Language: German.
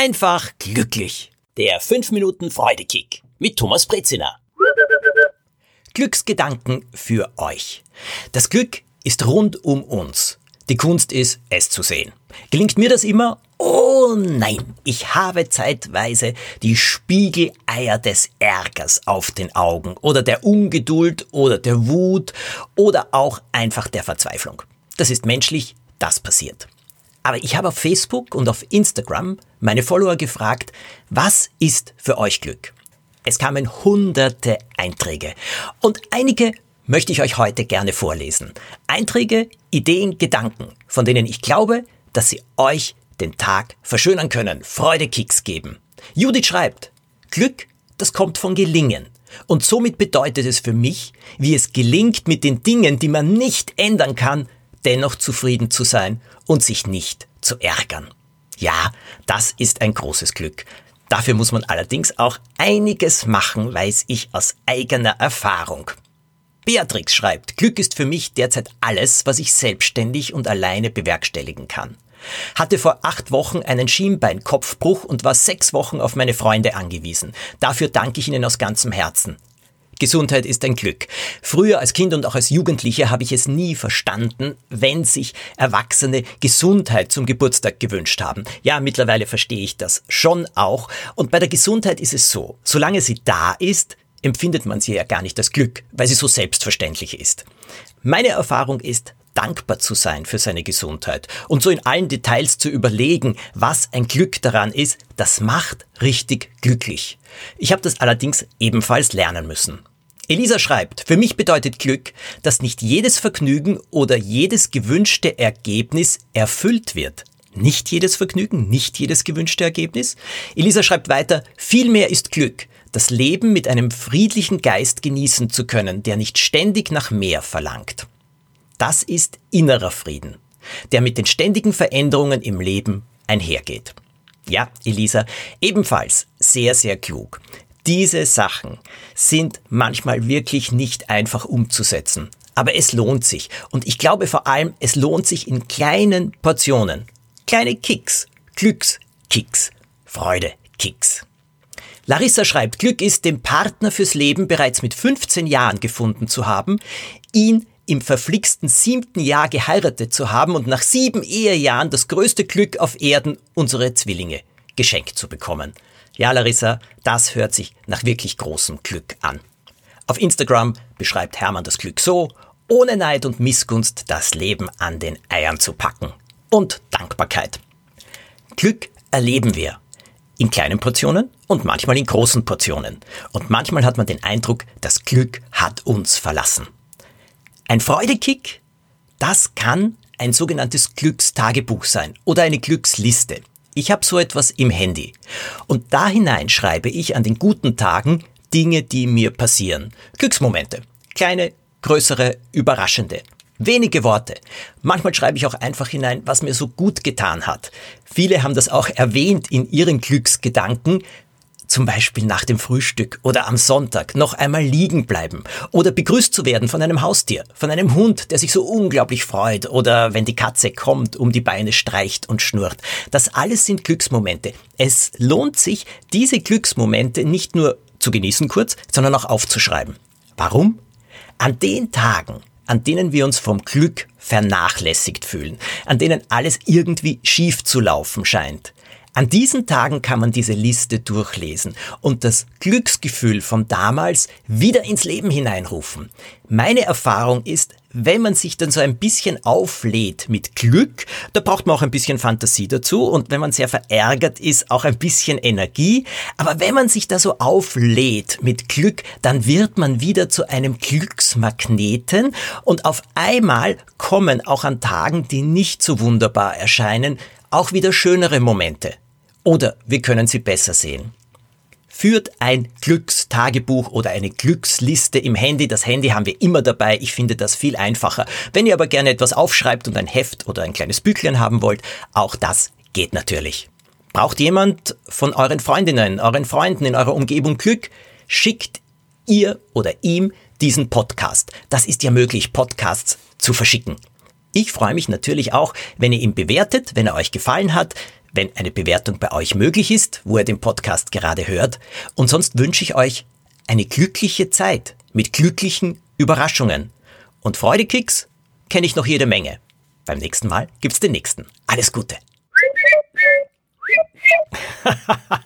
einfach glücklich. Der 5 Minuten Freudekick mit Thomas Brezina. Glücksgedanken für euch. Das Glück ist rund um uns. Die Kunst ist, es zu sehen. Gelingt mir das immer? Oh nein, ich habe zeitweise die Spiegeleier des Ärgers auf den Augen oder der Ungeduld oder der Wut oder auch einfach der Verzweiflung. Das ist menschlich, das passiert. Aber ich habe auf Facebook und auf Instagram meine Follower gefragt, was ist für euch Glück? Es kamen hunderte Einträge und einige möchte ich euch heute gerne vorlesen. Einträge, Ideen, Gedanken, von denen ich glaube, dass sie euch den Tag verschönern können, Freudekicks geben. Judith schreibt, Glück, das kommt von Gelingen. Und somit bedeutet es für mich, wie es gelingt, mit den Dingen, die man nicht ändern kann, dennoch zufrieden zu sein und sich nicht zu ärgern. Ja, das ist ein großes Glück. Dafür muss man allerdings auch einiges machen, weiß ich aus eigener Erfahrung. Beatrix schreibt, Glück ist für mich derzeit alles, was ich selbstständig und alleine bewerkstelligen kann. Hatte vor 8 Wochen einen Schienbeinkopfbruch und war 6 Wochen auf meine Freunde angewiesen. Dafür danke ich ihnen aus ganzem Herzen. Gesundheit ist ein Glück. Früher als Kind und auch als Jugendlicher habe ich es nie verstanden, wenn sich Erwachsene Gesundheit zum Geburtstag gewünscht haben. Ja, mittlerweile verstehe ich das schon auch. Und bei der Gesundheit ist es so, solange sie da ist, empfindet man sie ja gar nicht als Glück, weil sie so selbstverständlich ist. Meine Erfahrung ist, dankbar zu sein für seine Gesundheit und so in allen Details zu überlegen, was ein Glück daran ist, das macht richtig glücklich. Ich habe das allerdings ebenfalls lernen müssen. Elisa schreibt, für mich bedeutet Glück, dass nicht jedes Vergnügen oder jedes gewünschte Ergebnis erfüllt wird. Nicht jedes Vergnügen, nicht jedes gewünschte Ergebnis. Elisa schreibt weiter, vielmehr ist Glück, das Leben mit einem friedlichen Geist genießen zu können, der nicht ständig nach mehr verlangt. Das ist innerer Frieden, der mit den ständigen Veränderungen im Leben einhergeht. Ja, Elisa, ebenfalls sehr, sehr klug. Diese Sachen sind manchmal wirklich nicht einfach umzusetzen. Aber es lohnt sich. Und ich glaube vor allem, es lohnt sich in kleinen Portionen. Kleine Kicks, Glückskicks, Freudekicks. Larissa schreibt, Glück ist, den Partner fürs Leben bereits mit 15 Jahren gefunden zu haben, ihn im verflixten 7. Jahr geheiratet zu haben und nach 7 Ehejahren das größte Glück auf Erden, unsere Zwillinge, geschenkt zu bekommen. Ja, Larissa, das hört sich nach wirklich großem Glück an. Auf Instagram beschreibt Hermann das Glück so, ohne Neid und Missgunst das Leben an den Eiern zu packen. Und Dankbarkeit. Glück erleben wir. In kleinen Portionen und manchmal in großen Portionen. Und manchmal hat man den Eindruck, das Glück hat uns verlassen. Ein Freudekick, das kann ein sogenanntes Glückstagebuch sein oder eine Glücksliste. Ich habe so etwas im Handy und da hinein schreibe ich an den guten Tagen Dinge, die mir passieren. Glücksmomente, kleine, größere, überraschende. Wenige Worte. Manchmal schreibe ich auch einfach hinein, was mir so gut getan hat. Viele haben das auch erwähnt in ihren Glücksgedanken, zum Beispiel nach dem Frühstück oder am Sonntag noch einmal liegen bleiben oder begrüßt zu werden von einem Haustier, von einem Hund, der sich so unglaublich freut oder wenn die Katze kommt, um die Beine streicht und schnurrt. Das alles sind Glücksmomente. Es lohnt sich, diese Glücksmomente nicht nur zu genießen kurz, sondern auch aufzuschreiben. Warum? An den Tagen, an denen wir uns vom Glück vernachlässigt fühlen, an denen alles irgendwie schief zu laufen scheint. An diesen Tagen kann man diese Liste durchlesen und das Glücksgefühl von damals wieder ins Leben hineinrufen. Meine Erfahrung ist, wenn man sich dann so ein bisschen auflädt mit Glück, da braucht man auch ein bisschen Fantasie dazu und wenn man sehr verärgert ist, auch ein bisschen Energie. Aber wenn man sich da so auflädt mit Glück, dann wird man wieder zu einem Glücksmagneten und auf einmal kommen auch an Tagen, die nicht so wunderbar erscheinen, auch wieder schönere Momente. Oder wir können sie besser sehen. Führt ein Glückstagebuch oder eine Glücksliste im Handy. Das Handy haben wir immer dabei. Ich finde das viel einfacher. Wenn ihr aber gerne etwas aufschreibt und ein Heft oder ein kleines Büchlein haben wollt, auch das geht natürlich. Braucht jemand von euren Freundinnen, euren Freunden in eurer Umgebung Glück? Schickt ihr oder ihm diesen Podcast. Das ist ja möglich, Podcasts zu verschicken. Ich freue mich natürlich auch, wenn ihr ihn bewertet, wenn er euch gefallen hat. wenn eine Bewertung bei euch möglich ist, wo ihr den Podcast gerade hört. Und sonst wünsche ich euch eine glückliche Zeit mit glücklichen Überraschungen. Und Freudekicks kenne ich noch jede Menge. Beim nächsten Mal gibt's den nächsten. Alles Gute.